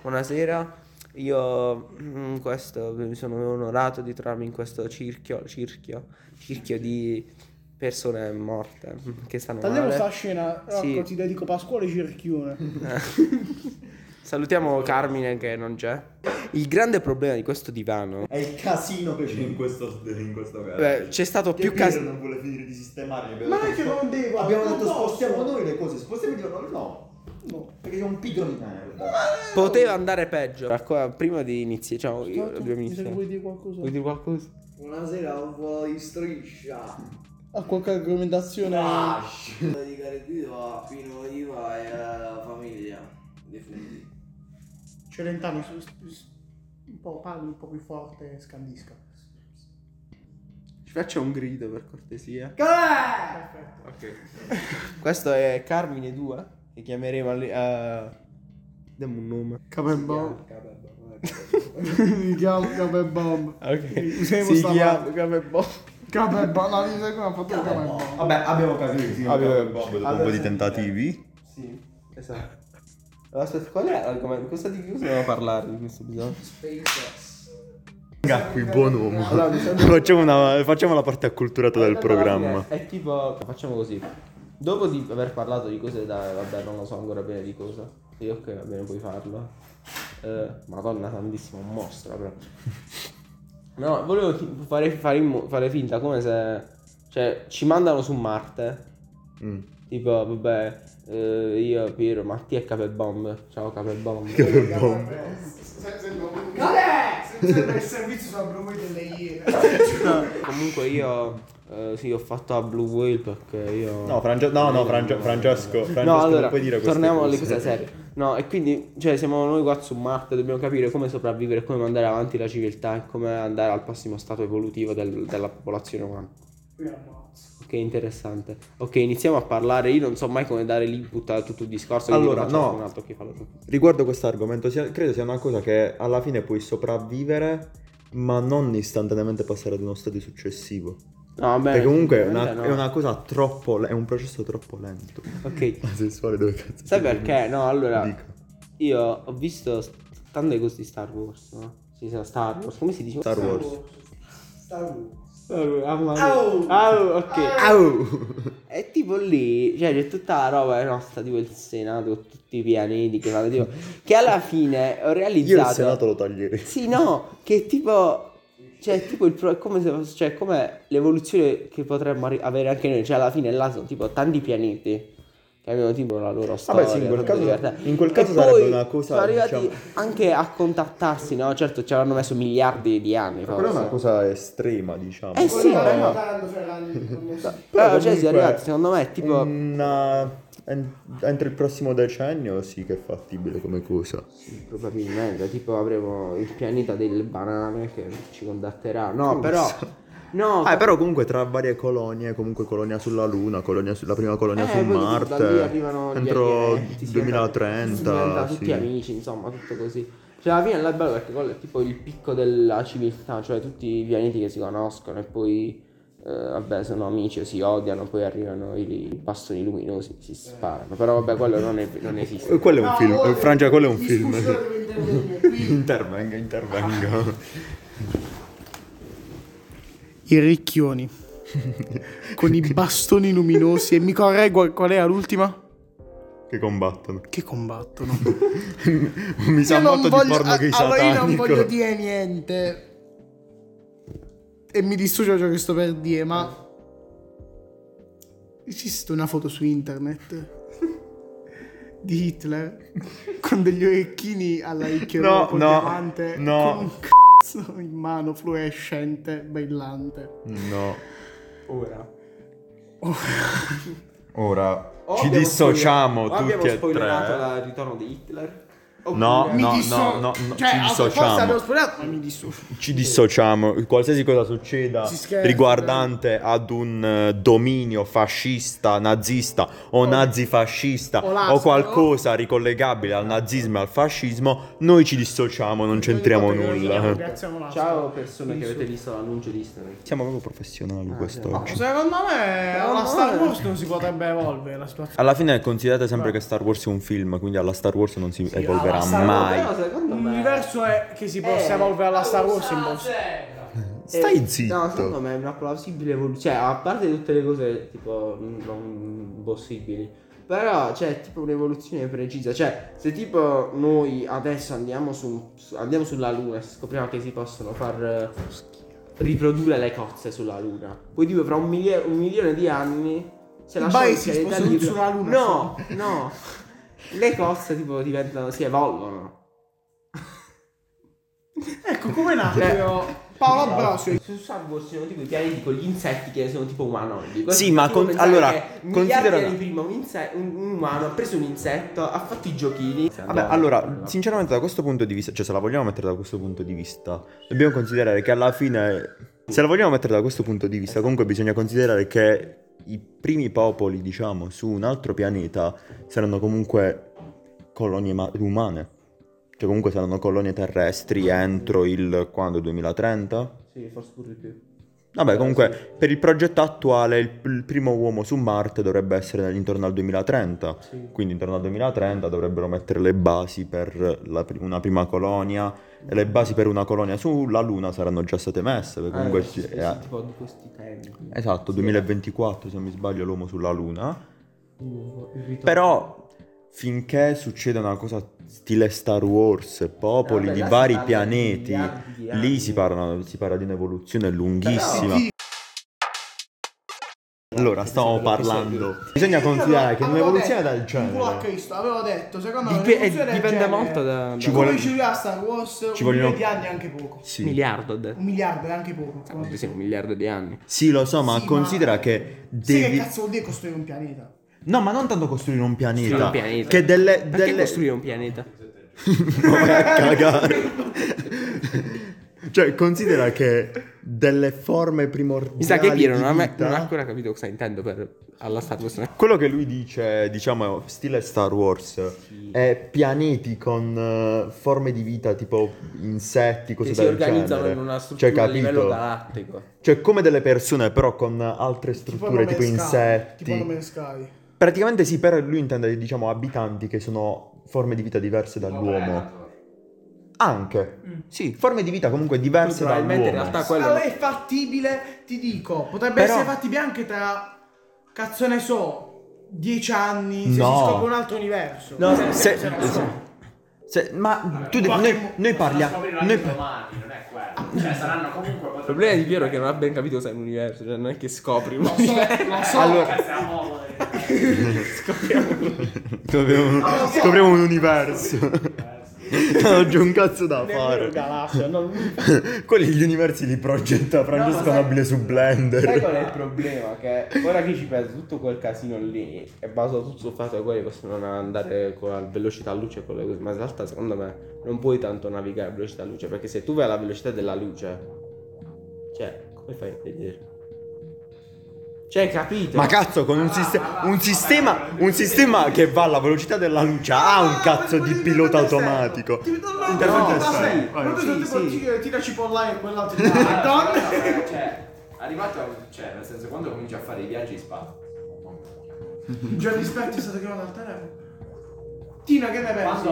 buonasera. Io mi sono onorato di trovarmi in questo circhio di persone morte che stanno Tagliamo male. sta scena, Sì. Rocco, ti dedico Pasquale Circhione. Salutiamo Carmine che non c'è. Il grande problema di questo divano È il casino che c'è in questo caso. beh, c'è stato Che più Piero casino. non vuole finire di sistemare. Ma è che non devo. Abbiamo non detto posso. spostiamo noi le cose, spostiamo il divano. No, perché è un pigro di merda. Poteva andare peggio. Prima di iniziare, dobbiamo Mi sa che iniziare. vuoi dire qualcosa? Vuoi dire qualcosa? Buonasera, un po' di striscia. Ha qualche argomentazione? Dedicare il video a Pino Iva e alla famiglia defunti. Celentano, un po' parli un po' più forte e scandisca. Ci faccia un grido per cortesia. Perfetto. Ok. Questo è Carmine 2. Che chiameremo diamo un nome. Capebomb. Mi chiamo Capebomb. Ok. Usiamo Si sta chiama Capebomb. Capebomb. No, mi sa che ha fatto Capebomb. Vabbè, abbiamo capito. Sì, dopo un po' di tentativi. Sì, esatto. Aspetta, qual è l'argomento? Cosa dobbiamo parlare di questo episodio? SpaceX. Qui buon uomo. Allora, mi sembra- Facciamo la parte acculturata del programma. È tipo, facciamo così. Dopo di aver parlato di cose vabbè, non lo so ancora bene di cosa. Sì, ok, va bene, puoi farlo. Madonna santissima, un mostro però. No, volevo fare finta come se, cioè, ci mandano su Marte. Tipo, vabbè, io, Piero, Mattia e Capebomb. Ciao Capebomb. Sembra il servizio sulla Blue Whale delle Iene. Comunque io, sì, ho fatto la Blue Whale perché io... No, Francesco, No, allora, non puoi dire queste torniamo alle cose. cose serie. No, e quindi, cioè, siamo noi qua su Marte, dobbiamo capire come sopravvivere, come mandare avanti la civiltà e come andare al prossimo stato evolutivo della popolazione umana. Ok, interessante. Ok, iniziamo a parlare. Io non so mai come dare l'input a tutto il discorso. quindi Allora, lo faccio a no. qualcun altro che fa tutto. Riguardo questo argomento, credo sia una cosa che alla fine puoi sopravvivere, ma non istantaneamente passare ad uno stadio successivo. No, vabbè, Perché comunque è sicuramente è una cosa è un processo troppo lento. Ok. Sessuale dove cazzo? Sai perché? No, allora, Dica. io ho visto tante cose di Star Wars, no? Sì, sì, Star Wars, come si dice? Star Wars. Star Wars. Ok. E tipo lì, cioè c'è tutta la roba nostra, tipo il Senato, con tutti i pianeti che fanno tipo, che alla fine ho Io realizzato. il Senato lo taglierei. Sì, no, che tipo, cioè tipo è come se fosse, cioè come l'evoluzione che potremmo avere anche noi, cioè alla fine là sono tipo tanti pianeti che avevano tipo la loro storia. Vabbè, sì, in quel tutto caso- divertente. in quel caso E sarebbe poi una cosa, sono arrivati diciamo- anche a contattarsi, no? Certo ci avranno messo miliardi di anni Però è forse. una cosa estrema, diciamo. Sì, però cioè si è comunque arrivati, secondo me, tipo entro il prossimo decennio sì che è fattibile come cosa. probabilmente tipo avremo il pianeta delle banane che ci contatterà. No, però no, Però comunque tra varie colonie, comunque colonia sulla Luna, la prima colonia su poi da lì Marte, arrivano gli entro alieni, si 2030, diventano tutti sì. amici, insomma, tutto così. Cioè alla fine è bello perché quello è tipo il picco della civiltà, cioè tutti i pianeti che si conoscono e poi vabbè sono amici o si odiano, poi arrivano i bastoni luminosi, si sparano. Però vabbè quello non esiste. Quello è un film, Francia, quello è un film. Qui Intervenga. i ricchioni con i bastoni luminosi. E mi correggo, qual era l'ultima? Che combattono. Che combattono. Mi sa Io non molto voglio- di porno gay allora io non voglio satanico. dire niente e mi dissocio da ciò che sto per dire, ma esiste una foto su internet di Hitler con degli orecchini alla No, con no, diamante, no. con un cazzo in mano fluorescente brillante. No. Ora Ora ci dissociamo tutti abbiamo e spoilerato tre. il ritorno di Hitler. No, Mi no, disso- no, no, cioè, ci forse dissociamo. abbiamo spoilerato, ma mi dissocio. Ci dissociamo. Qualsiasi cosa succeda Si scherza, riguardante ad un dominio fascista, nazista o nazifascista o o lasco. qualcosa ricollegabile al nazismo e al fascismo, noi ci dissociamo, non c'entriamo nulla. Ciao persone che avete visto l'annuncio di Instagram. Siamo proprio professionali quest'oggi. Secondo me la Star Wars non si potrebbe evolvere la situazione. Alla fine considerate sempre che Star Wars è un film, quindi alla Star Wars non si evolverà arriverà Star Wars, mai. Però secondo me... L'universo è che si possa evolvere alla Star Wars in posto. Stai zitto. No, secondo me è una plausibile evoluzione. Cioè, a parte tutte le cose tipo non possibili. Però c'è tipo un'evoluzione precisa. Cioè, se tipo noi adesso andiamo sulla Luna e scopriamo che si possono far riprodurre le cozze sulla Luna. Poi tipo fra un milione di anni se lasciamo il si pianeta sposano libero- sulla Luna. No. Le cozze tipo diventano, si evolvono. Ecco, come nato Cioè, Paolo Ambrosio. Su Star Wars sono tipo i pianeti con gli insetti che sono tipo umanoidi. Sì, ma allora, miliardi considera- di anni prima un umano ha preso un insetto, ha fatto i giochini. Vabbè, allora, sinceramente da questo punto di vista, cioè se la vogliamo mettere da questo punto di vista, dobbiamo considerare che alla fine, se la vogliamo mettere da questo punto di vista, comunque bisogna considerare che i primi popoli, diciamo, su un altro pianeta saranno comunque colonie umane. Che comunque saranno colonie terrestri entro il 2030? Sì, forse pure di più. Vabbè, comunque per il progetto attuale il primo uomo su Marte dovrebbe essere intorno al 2030. Sì. Quindi intorno al 2030 dovrebbero mettere le basi per una prima colonia. E le basi per una colonia sulla Luna saranno già state messe. Perché comunque tipo di questi tempi. esatto, 2024 se non mi sbaglio l'uomo sulla Luna. Il ritorno. Però finché succede una cosa stile Star Wars, popoli Vabbè, di là si vari parla di pianeti, miliardi di anni. lì si parla di un'evoluzione lunghissima. Allora, stavamo parlando. Bisogna considerare che un'evoluzione del Un culo a genere Cristo, avevo detto, secondo me Dipende un'evoluzione del dipende genere, molto da Ci vuole- come ci a Star Wars, ci un vogliono- milione di anni è anche poco. sì. miliardo. 1 miliardo è anche poco. secondo me. Sì, 1 miliardo di anni. Sì, lo so, ma Sì, considera che Sai che devi... cazzo vuol dire costruire un pianeta? No, ma non tanto costruire un pianeta. Costruire un pianeta. Che delle... Perché costruire un pianeta? Vai a cagare. Cioè, considera che delle forme primordiali Mi sa che Piero di non ha vita- ancora capito cosa intendo per alla Star Wars. Quello che lui dice, diciamo, stile Star Wars, è pianeti con forme di vita tipo insetti, cose Che si del organizzano genere. in una struttura Cioè, a livello capito? galattico. Cioè, come delle persone, però con altre strutture, tipo Tipo No insetti. Man's Sky. Praticamente sì, però lui intende, diciamo, abitanti che sono forme di vita diverse dall'uomo. Anche. Sì, forme di vita comunque diverse Probabilmente dall'uomo. in realtà quello Allora è fattibile, ti dico, potrebbe Però- essere fattibile anche tra, cazzo ne so, 10 anni, se No. si scopre un altro universo. No, se non so. ma tu qualche- noi parliamo... Noi domani, non è quello. Cioè, saranno comunque. Il problema di Piero è che non ha ben capito cosa è un universo, cioè non è che scopri un Lo so, Allora- scopriamo un universo. Non c'è un cazzo da fare. galassia, no. Quelli gli universi li progetta Francesco Nobile su Sai Blender. qual è il problema? Che ora che ci penso, tutto quel casino lì è basato tutto sul fatto che quelli possono andare con la velocità luce e con le cose, ma in realtà secondo me non puoi tanto navigare a velocità luce, perché se tu vai alla velocità della luce, cioè, come fai a vedere? Cioè, capito? Ma cazzo, con un sistema che va alla velocità della luce ha un cazzo di pilota automatico. Intervento No, esterno. sì. Tira cipollai e quell'altro. Cioè, arrivato cioè, nel senso, quando cominci a fare i viaggi in spazio. Giorni Sperti è stato chiamato al telefono. Tina, che ne pensi?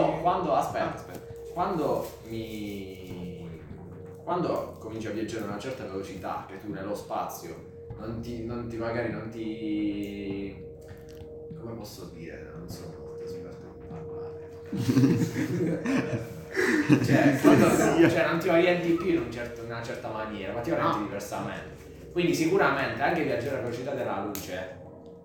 Quando cominci a viaggiare a una certa velocità, che tu nello spazio magari non ti. Come posso dire? Non sono molto esperto in parlare. cioè non ti orienti più in una certa maniera, ma ti orienti diversamente. Quindi sicuramente anche viaggiare a velocità della luce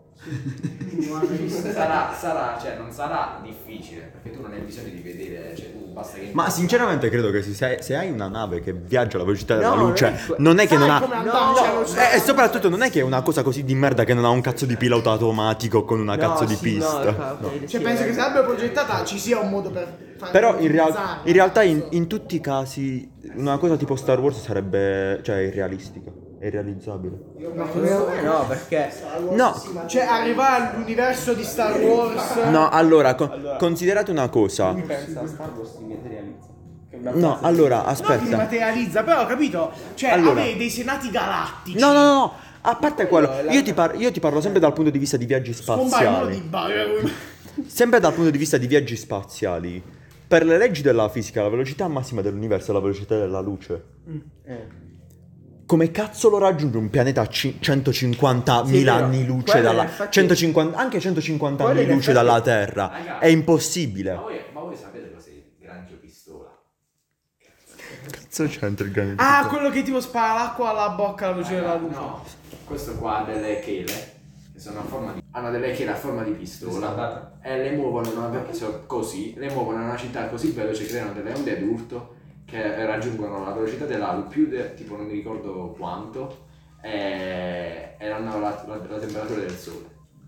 cioè non sarà difficile, perché tu non hai bisogno di vedere, cioè tu basta che. Ma sinceramente credo che se hai una nave che viaggia alla velocità della No, luce, non non è che non ha... come andarci allo spazio? E soprattutto non è che è una cosa così di merda che non ha un cazzo di pilota automatico con una cazzo di pista. Cioè, penso che se l'abbia progettata ci sia un modo per fare. Però in realtà in tutti i casi una cosa tipo Star Wars sarebbe, cioè, irrealistica, è irrealizzabile. No, perché No, Cioè, arrivare all'universo di Star Wars. no, allora, considerate una cosa. lui pensa a Star Wars si materializza. Che è una No, frase- allora, Non che si aspetta. materializza, però capito? Cioè, Allora. avere dei senati galattici. No, a parte quello, io ti parlo sempre dal punto di vista di viaggi Scompaiono di spaziali. Sempre dal punto di vista di viaggi spaziali. per le leggi della fisica la velocità massima dell'universo è la velocità della luce. Come cazzo lo raggiunge un pianeta a 150.000 Sì, però anni luce quello dalla... in effetti- 150, anche 150 quello anni in luce effetti- dalla Terra. Raga, È impossibile. ma voi sapete cos'è il granchio pistola? Cazzo c'entra il granchio? Ah, quello che tipo spara l'acqua alla bocca alla luce della luce. No, questo qua ha delle chele che sono a forma di... hanno delle chele a forma di pistola e le muovono così, le muovono in una città così veloce, creano delle onde d'urto che raggiungono la velocità della luce più tipo non mi ricordo quanto e hanno la temperatura del sole.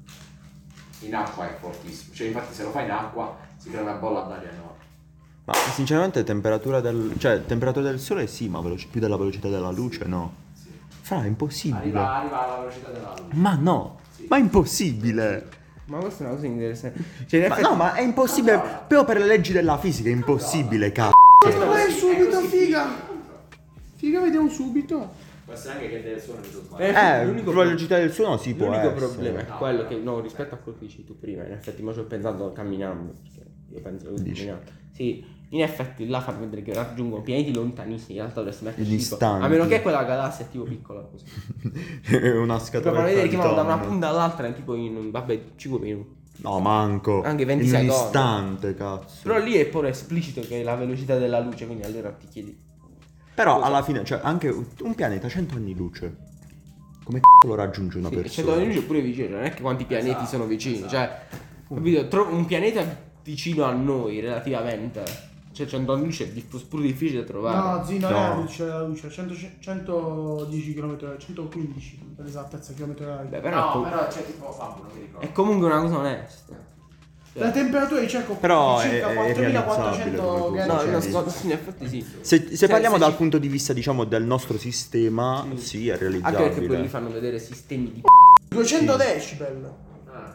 In acqua è fortissimo, cioè infatti se lo fai in acqua si crea una bolla d'aria enorme. Ma sinceramente temperatura del sole sì, ma più della velocità della luce no. Sì. Fra, è impossibile. Arriva alla velocità della luce. Ma no, ma è impossibile. Ma questa è una cosa interessante. Cioè, in Ma effetti... no, ma è impossibile. Proprio per le leggi della fisica è impossibile, cazzo. Vai subito, figa. Figa, vediamo subito. Può essere anche che del suono mi sono sbagliato. l'unico La velocità del suono si può L'unico essere. problema è quello che, no, rispetto a quello che dici tu prima, in effetti, ma ci ho pensato camminando, perché io penso che Dici? camminando. Sì, in effetti là fanno vedere che raggiungono pianeti lontanissimi, in realtà dovresti metterci tipo, Distanti. a meno che quella galassia è tipo piccola così. Una Però scatola. fanno vedere che vanno da una punta all'altra in tipo vabbè, 5 minuti. No, manco. Anche 20 in un secondi. istante, cazzo. Però lì è pure esplicito che è la velocità della luce, quindi allora ti chiedi. Però alla fine, cioè, anche un pianeta a 100 anni luce. Come c***o lo raggiunge una Sì, persona? 100 anni luce è pure vicino, non è che quanti pianeti sono vicini, cioè, capito? Un pianeta vicino a noi relativamente. Cioè 100 anni luce è pure difficile da trovare. No, zi, non No. è la luce della luce, 110 km/h, 115 per l'esattezza km/h. Beh, però, No, però c'è tipo Fabio, non mi ricordo. è comunque una cosa onesta. La temperatura di circa Però circa è 4400 realizzabile gradi No, come no, cosa. sì, in effetti sì. Se Cioè, parliamo se dal ci- punto di vista, diciamo, del nostro sistema, sì, è Anche perché poi realizzabile. li fanno vedere sistemi di 200 decibel. Ah.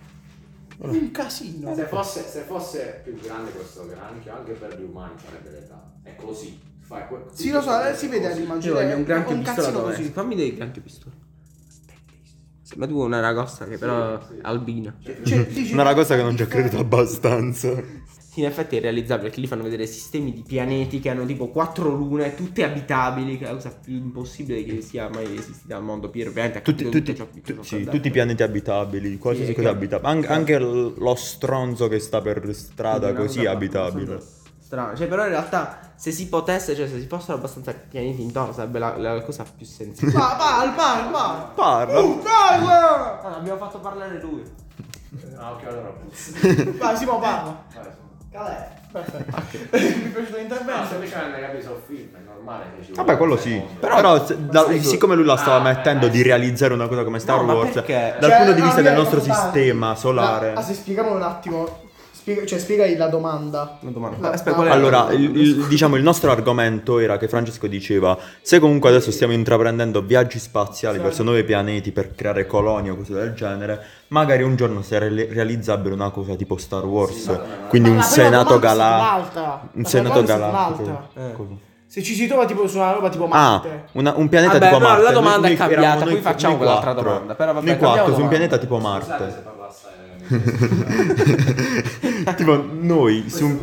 Un casino. Se fosse più grande questo granchio, anche per gli umani farebbe l'età. È così. Fai Sì, lo so, si vede Io all'immagine. voglio un granchio un pistola cazzino dov'è? così. Fammi vedere il granchio pistola. Sembra tu una ragosta che però è albina. Cioè, dici- Una cosa che non ci ha creduto abbastanza. Sì, in effetti è realizzabile perché lì fanno vedere sistemi di pianeti che hanno tipo 4 lune, tutte abitabili, che è la cosa più impossibile che sia mai esistita al mondo. Pier, ovviamente a Tutti, capire tutti, tutto ciò che tu- ci sono sì, dentro. tutti i pianeti abitabili, qualsiasi Sì, cosa che- abitabile. Anche lo stronzo che sta per strada Quindi una così è cosa abitabile. abbastanza strana. Cioè, però in realtà, se si potesse, cioè, se si fossero abbastanza pianeti intorno, sarebbe la cosa più sensibile. Parla. Parla! Parla! Ah, abbiamo fatto parlare lui. Ah, ok, allora puzza. Vai, Simo, parla. Calè. Perfetto. Mi è piaciuto No, l'intervento. semplicemente capisco il film, è normale che ci Vabbè, quello vuole sì. un secondo. Però, sai, siccome lui la stava mettendo di sì. realizzare una cosa come Star No, ma Wars, perché? dal Cioè, punto di no, vista io del ero nostro totale. sistema solare. Se spieghiamo un attimo. Spieghi la domanda. Una domanda. La- Aspetta, qual è? Allora, diciamo il nostro argomento era che Francesco diceva: se comunque adesso stiamo intraprendendo viaggi spaziali verso nuovi pianeti per creare colonie o cose del genere, magari un giorno sarà realizzabile una cosa tipo Star Wars, quindi Ma un la prima senato domanda è stata galattico. un'altra. Un La senato prima domanda è stata galattico. un'altra. Cosa? Se ci si trova tipo su una roba tipo Ah, Marte. un pianeta Vabbè, tipo però Marte. la domanda è Noi cambiata, eravamo poi facciamo noi quell'altra quattro. domanda, però vabbè, Noi cambiamo quattro su un domanda. pianeta tipo Scusate se Marte. parlo assai. Tipo noi su un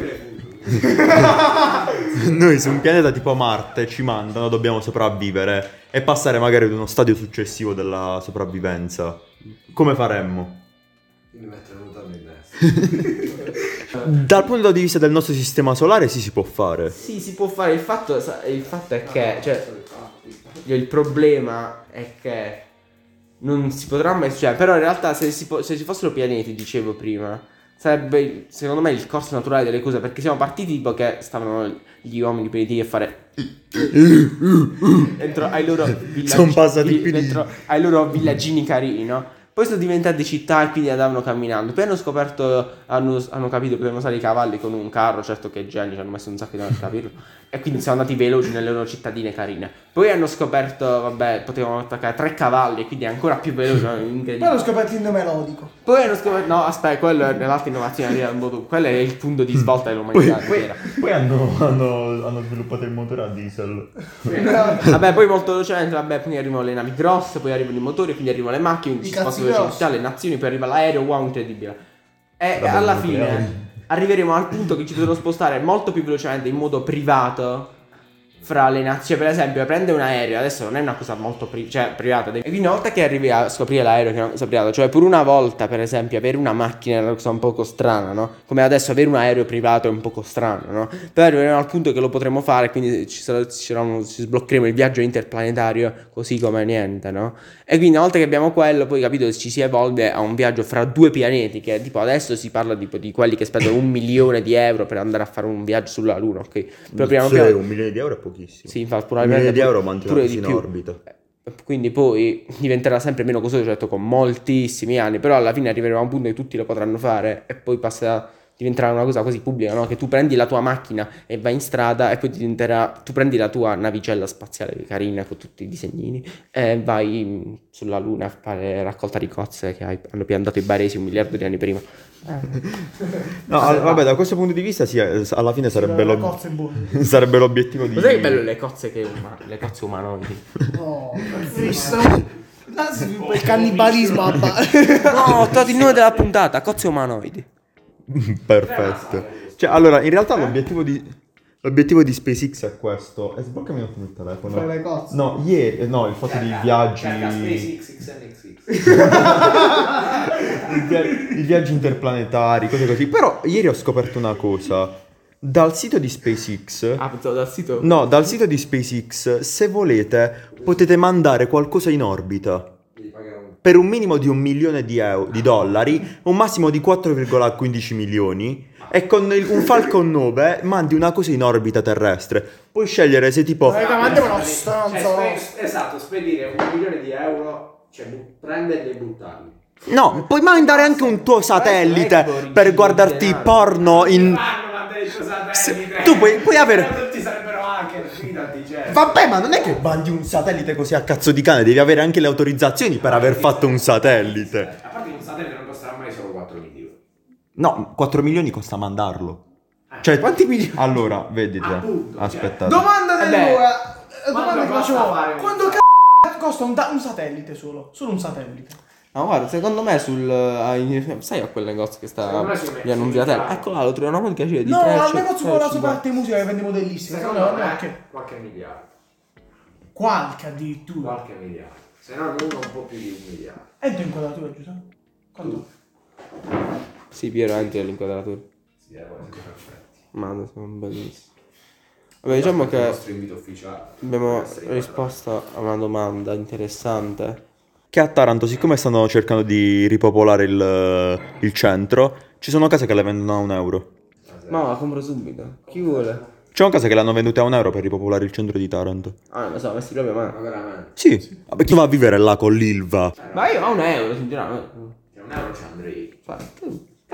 Noi su un pianeta tipo Marte ci mandano, dobbiamo sopravvivere e passare magari ad uno stadio successivo della sopravvivenza. Come faremmo? Mi mettono nuotando in testa. Dal punto di vista del nostro sistema solare sì, si può fare. Sì, si può fare. Il fatto è che, cioè, il problema è che non si potrà mai. Cioè, però in realtà se ci fossero pianeti, dicevo prima, sarebbe secondo me il corso naturale delle cose. Perché siamo partiti tipo che stavano gli uomini primitivi a fare dentro ai loro villaggi, Sono passati più di- dentro ai loro villaggini carini, no? Poi sono diventate città e quindi andavano camminando. Poi hanno scoperto, hanno capito che potevano usare i cavalli con un carro. Certo che geni, ci hanno messo un sacco di tempo per capirlo. E quindi sono andati veloci nelle loro cittadine carine. Poi hanno scoperto, vabbè, potevano attaccare 3 cavalli e quindi ancora più veloci, no? Poi Incredibile. hanno scoperto il melodico. Poi hanno scoperto, no aspetta, quello è nell'altra innovazione arriva un po' tu. Quello è il punto di svolta dell'umanità intera. Poi hanno sviluppato il motore a diesel. Vabbè, poi molto velocemente, vabbè, quindi arrivano le navi grosse, poi arrivano i motori, quindi arrivano le macchine, I si cazzi spostano veloci grossi. tutte le nazioni, poi arriva l'aereo, wow, incredibile. E Vabbè, alla il fine, nucleare. arriveremo al punto che ci dovremo spostare molto più velocemente in modo privato fra le nazioni. Cioè, per esempio, prendere un aereo adesso non è una cosa molto privata. E quindi una volta che arrivi a scoprire l'aereo che è una cosa privata, cioè pure una volta, per esempio, avere una macchina è una cosa un poco strana, no? Come adesso avere un aereo privato è un poco strano, no? Però arriveremo al punto che lo potremo fare, quindi ci sbloccheremo il viaggio interplanetario così come niente, no? E quindi una volta che abbiamo quello, poi capito, ci si evolve a un viaggio fra due pianeti, che tipo adesso si parla tipo di quelli che spendono 1 milione di euro per andare a fare un viaggio sulla Luna, ok? Però piano piano... 1 milione di euro è pochissimo. Sì, infatti, 1 milione di euro mantenersi in orbita. Quindi poi diventerà sempre meno costoso, certo, con moltissimi anni, però alla fine arriveremo a un punto che tutti lo potranno fare e poi diventerà una cosa così pubblica, no? Che tu prendi la tua macchina e vai in strada e poi tu prendi la tua navicella spaziale carina con tutti i disegnini e vai sulla Luna a fare raccolta di cozze che hanno piantato i baresi 1 miliardo di anni prima. No, vabbè, da questo punto di vista sì, alla fine sarebbe, Cozze buone. sarebbe l'obiettivo di... Cos'è che bello le cozze le cozze umanoidi? Oh, visto? Il cannibalismo. No, ho trovato il nome della puntata, cozze umanoidi. Perfetto. Cioè, allora, in realtà l'obiettivo di SpaceX è questo. Sbloccami un attimo il telefono. Fare le cozze. No, il fatto di viaggi. I viaggi interplanetari, cose così. Però ieri ho scoperto una cosa. Dal sito di SpaceX. Ah, pensavo dal sito. No, dal sito di SpaceX, se volete, potete mandare qualcosa in orbita. Per un minimo di $1 milione di dollari, un massimo di 4,15 milioni, e con un Falcon 9 mandi una cosa in orbita terrestre. Puoi scegliere se tipo... Esatto, spedire 1 milione di euro, cioè prenderli e buttarli. No, puoi mandare anche un tuo satellite per guardarti porno in... Tu puoi avere... Tutti sarebbero hacker, fidati, cioè. Vabbè, ma non è che mandi un satellite così a cazzo di cane, devi avere anche le autorizzazioni per aver fatto un satellite. A parte che un satellite non costerà mai solo 4 milioni. No, 4 milioni costa mandarlo. Cioè, quanti milioni? Allora, vedi te. Appunto, Aspettate. Domanda dell'ora. Domanda che costa facevo. fare Quanto costa un satellite solo? Solo un satellite. No, guarda, secondo me sai a quel negozio che sta Secondo me si gli annunziati. mette- Ecco là, lo troviamo una che di No, 3, al negozio con la 50. parte musica che vende modellissime. Secondo No, me neanche. qualche miliardo. Qualche addirittura. Qualche miliardo. Se no uno un po' più di 1 miliardo. Entra inquadratura, Giuseppe. Quanto? Sì, Piero, anche l'inquadratura. Sì, poi siamo perfetti. Ma sono bellissimi. Vabbè, diciamo Il che nostro invito ufficiale. abbiamo risposto a una domanda interessante. Che a Taranto, siccome stanno cercando di ripopolare il centro, ci sono case che le vendono a €1. Ma la compro subito. Chi vuole? C'è una casa che l'hanno venduta a €1 per ripopolare il centro di Taranto. Ah, non lo so, messi proprio male. Ma veramente. Sì, ma chi va a vivere là con l'Ilva? Ma io a €1, sinceramente. Cioè, 1 euro ci andrei. Fai, tu. Ma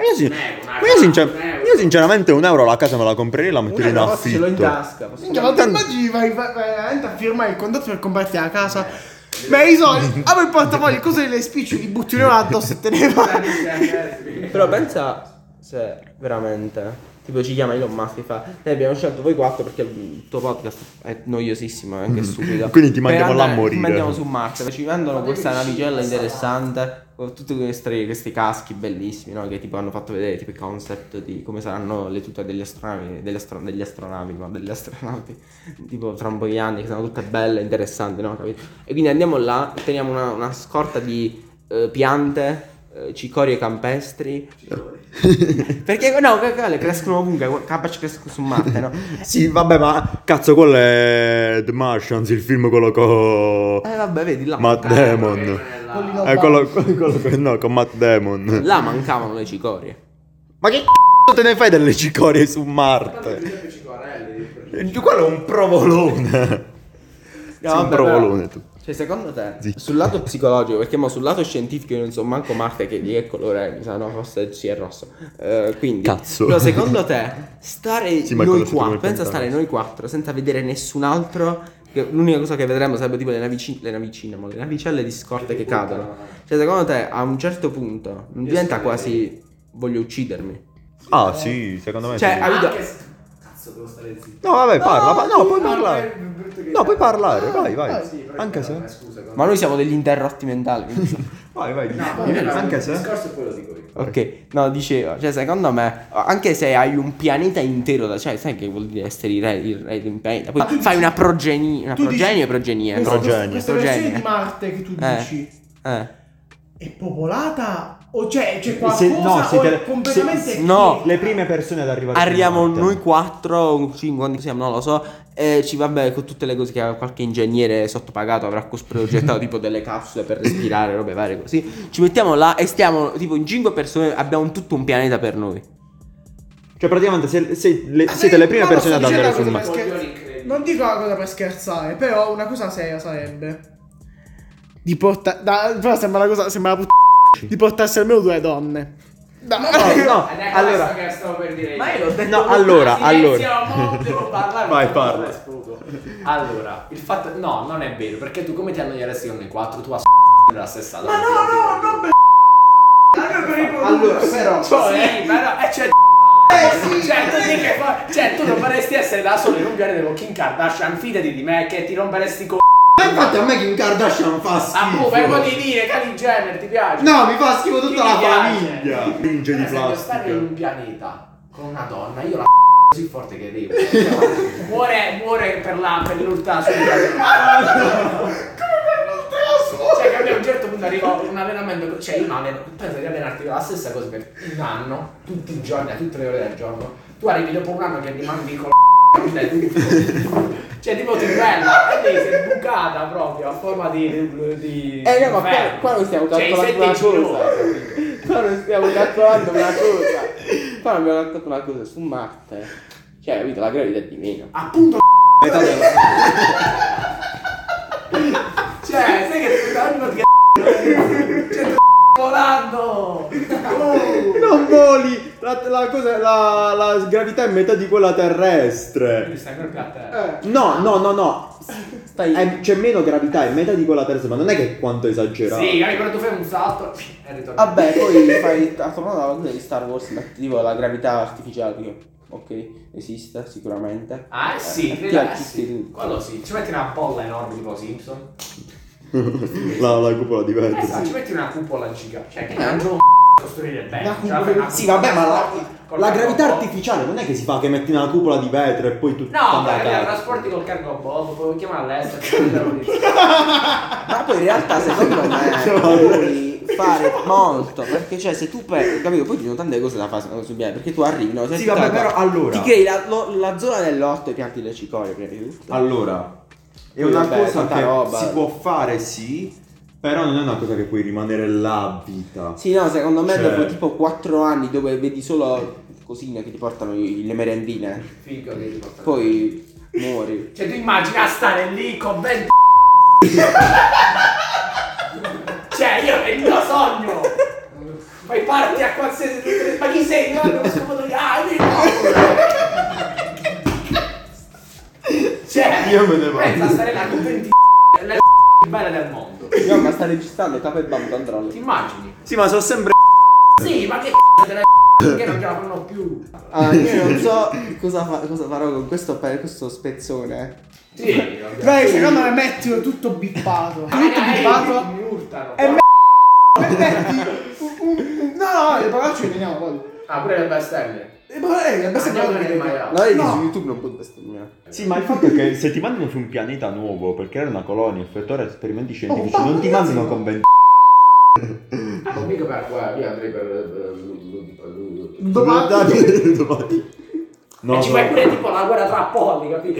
io sinceramente €1 la casa me la comprerei e la metterei in Forse ce l'ho in affitto. tasca. Minchia, ma ti immagini vai veramente a firmare il contratto per comprarti la casa? Beh, i soldi, apri il portafoglio, cosa le spicci, li butti uno addosso e te ne vai. Però pensa se veramente tipo ci chiama Elon Musk e fa: noi abbiamo scelto voi 4 perché il tuo podcast è noiosissimo e anche stupido. Quindi ti Per mandiamo là a andare- morire. Ti mandiamo su Marte. Ci vendono questa navicella interessante con tutti questi caschi bellissimi, no? Che tipo hanno fatto vedere tipo i concept di come saranno le tute degli astronavi, degli astronauti tipo tra un po' di anni, che saranno tutte belle, interessanti, no? Capito? E quindi andiamo là, teniamo una scorta di piante, cicorie campestri. Perché no, le crescono ovunque, capaci crescono su Marte, no? Sì, vabbè, ma cazzo, quello è The Martians, il film quello con Vabbè, vedi, là Matt Damon. No, con Matt Damon. là mancavano le cicorie. Ma che c***o te ne fai delle cicorie su Marte? Giuseppe Cicorelli. Quello è un provolone. Sei un vabbè, provolone tu. Cioè, secondo te, Zitto. sul lato psicologico, perché mo sul lato scientifico io non so manco Marte che di che colore è, mi sa, no, forse sì, è rosso. Quindi, Cazzo. però secondo te, stare Sì, ma noi quello secondo qua, me pensa a conta. stare noi 4 senza vedere nessun altro, che l'unica cosa che vedremo sarebbe tipo le navicelle di scorte che cadono. Cioè, secondo te, a un certo punto, non diventa quasi voglio uccidermi? Ah, sì, secondo me Cioè, sì. hai Anche se... Cazzo, devo stare zitto. No, vabbè, parla. No, puoi No, parlare. è brutto che- No, puoi parlare, vai. Sì, però Anche se... scusa, Ma noi siamo degli interrotti mentali. quindi- Vai, No, anche il se... discorso e poi lo dico io. Ok, no, dicevo, cioè secondo me, anche se hai un pianeta intero da, cioè sai che vuol dire essere il re di un pianeta, poi tu fai dici- una progenie, tu dici- o progenie, no? Progenie. Questa versione Progenie. di Marte che tu dici è popolata? O c'è qualcosa? O è completamente no, quieta? Le prime persone ad arrivare Arriviamo su Marte. noi 4, 5, quanti siamo, non lo so. Ci vabbè con tutte le cose che qualche ingegnere sottopagato avrà progettato, tipo delle capsule per respirare, robe varie così. Ci mettiamo là e stiamo tipo in 5 persone, abbiamo tutto un pianeta per noi. Cioè praticamente siete le prime Ma lo persone sto ad andare dicendo su una cosa Marte. per Coglioni incredibili. Non dico una cosa per scherzare, però una cosa seria sarebbe di portare. Però sembra una cosa. Sembra una di portarsi almeno 2 donne. No, Allora, allora... che stavo per dire. Ma io l'ho detto. No, allora... Silenzio, devo parlare. Vai, perché parla. esplodo. Allora, il fatto. No, non è vero, perché tu come ti annoieresti con noi 4? Tu a nella stessa donna. non per. Allora, però Sì, però. Cioè, tu dici che cioè, tu non vorresti essere da solo in un pianeta con Kim Kardashian, fidati di me che ti romperesti con. Infatti a me Kim Kardashian fa schifo. Per di dire, Kylie Jenner, ti piace? No, mi fa schifo Chi tutta ti la piace? famiglia. Pinge di Per esempio, stare in plastica. un pianeta con una donna, io la così forte che devo. muore per l'ultra Cioè che a un certo punto arriva un allenamento, cioè io penso di allenarti la stessa cosa per un anno, tutti i giorni, a tutte le ore del giorno. Tu arrivi dopo un anno che rimani con cioè tipo ti bella e lei si è bucata proprio a forma di no, ma qua non stiamo calcolando una cosa. Qua non stiamo calcolando una cosa. Qua non abbiamo calcolato una cosa su Marte. Cioè, capito, la gravità è di meno. appunto cioè sai che ogni cioè volando Non voli! La gravità è metà di quella terrestre. stai proprio a terra. No. Stai. C'è meno gravità, è metà di quella terrestre, ma non è che è quanto esagerato. Sì, capi, però tu fai un salto e ritorni. Vabbè, poi fai a tornare alla cosa di Star Wars, metti tipo la gravità artificiale, che ok, esiste sicuramente. Ah sì, Ti credo acquisti tu. quello sì, ci metti una bolla enorme tipo Simpson. La cupola di vetro. Esatto, ci metti una cupola gigante. Cioè che non costruire bene. Una Cioè, fai cupola- una Sì, cupola vabbè, ma col la cargo gravità boat. artificiale non è che si fa che metti una cupola di vetro e poi tu No, torni a perché la casa. trasporti col cargo boat, puoi chiamare all'estero. Ma poi in realtà secondo me puoi fare molto, perché cioè se tu capito, poi ci sono tante cose da fare sul pianeta, perché tu arrivi, no? Sì, vabbè, però allora. ti crei la zona dell'orto e pianti le cicorie prima di tutto. Allora, è Poi, una vabbè, cosa tanta che roba. si può fare, sì, però non è una cosa che puoi rimanere là a vita. Sì, no, secondo me Cioè- dopo tipo 4 anni dove vedi solo cosine che ti portano le merendine, Figo che ti porta. poi muori. Cioè tu immagina stare lì con 20 cioè io è il mio sogno. Poi parti a qualsiasi. Ma chi sei? Guarda lo scopo di. Cioè Io me ne vado. pensa a stare là con 20 le più belle del mondo. No, ma sta registrando capo e bam controllo. Ti immagini? Sì, ma sono sempre Sì, ma che delle che non ce la fanno più. Ah, io non so cosa farò con questo spezzone. Sì, Dai, secondo me mettilo tutto bippato. Tutto bippato. mi urtano. E metti no, le parolacce le veniamo poi. Ah, pure le bestemmie. Le beste Andiamo parole nel maiale. No, io No. su YouTube non può bestemmiare. Sì, ma il fatto è che se ti mandano su un pianeta nuovo per creare una colonia, effettuare esperimenti scientifici, ma non ti ragazzi, mandano no. con 20. Non mica per qua, io andrei per Domani. Domani. No, e ci fai pure tipo la guerra tra polli, capito?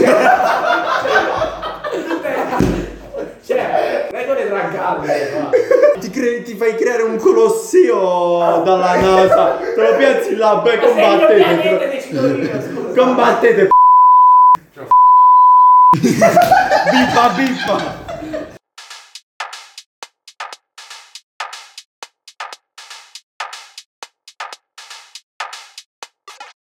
Cioè, regole tra galle. ti fai creare un colosseo dalla NASA, te lo piazzi là, beh, combattete. Combattete. Bippa.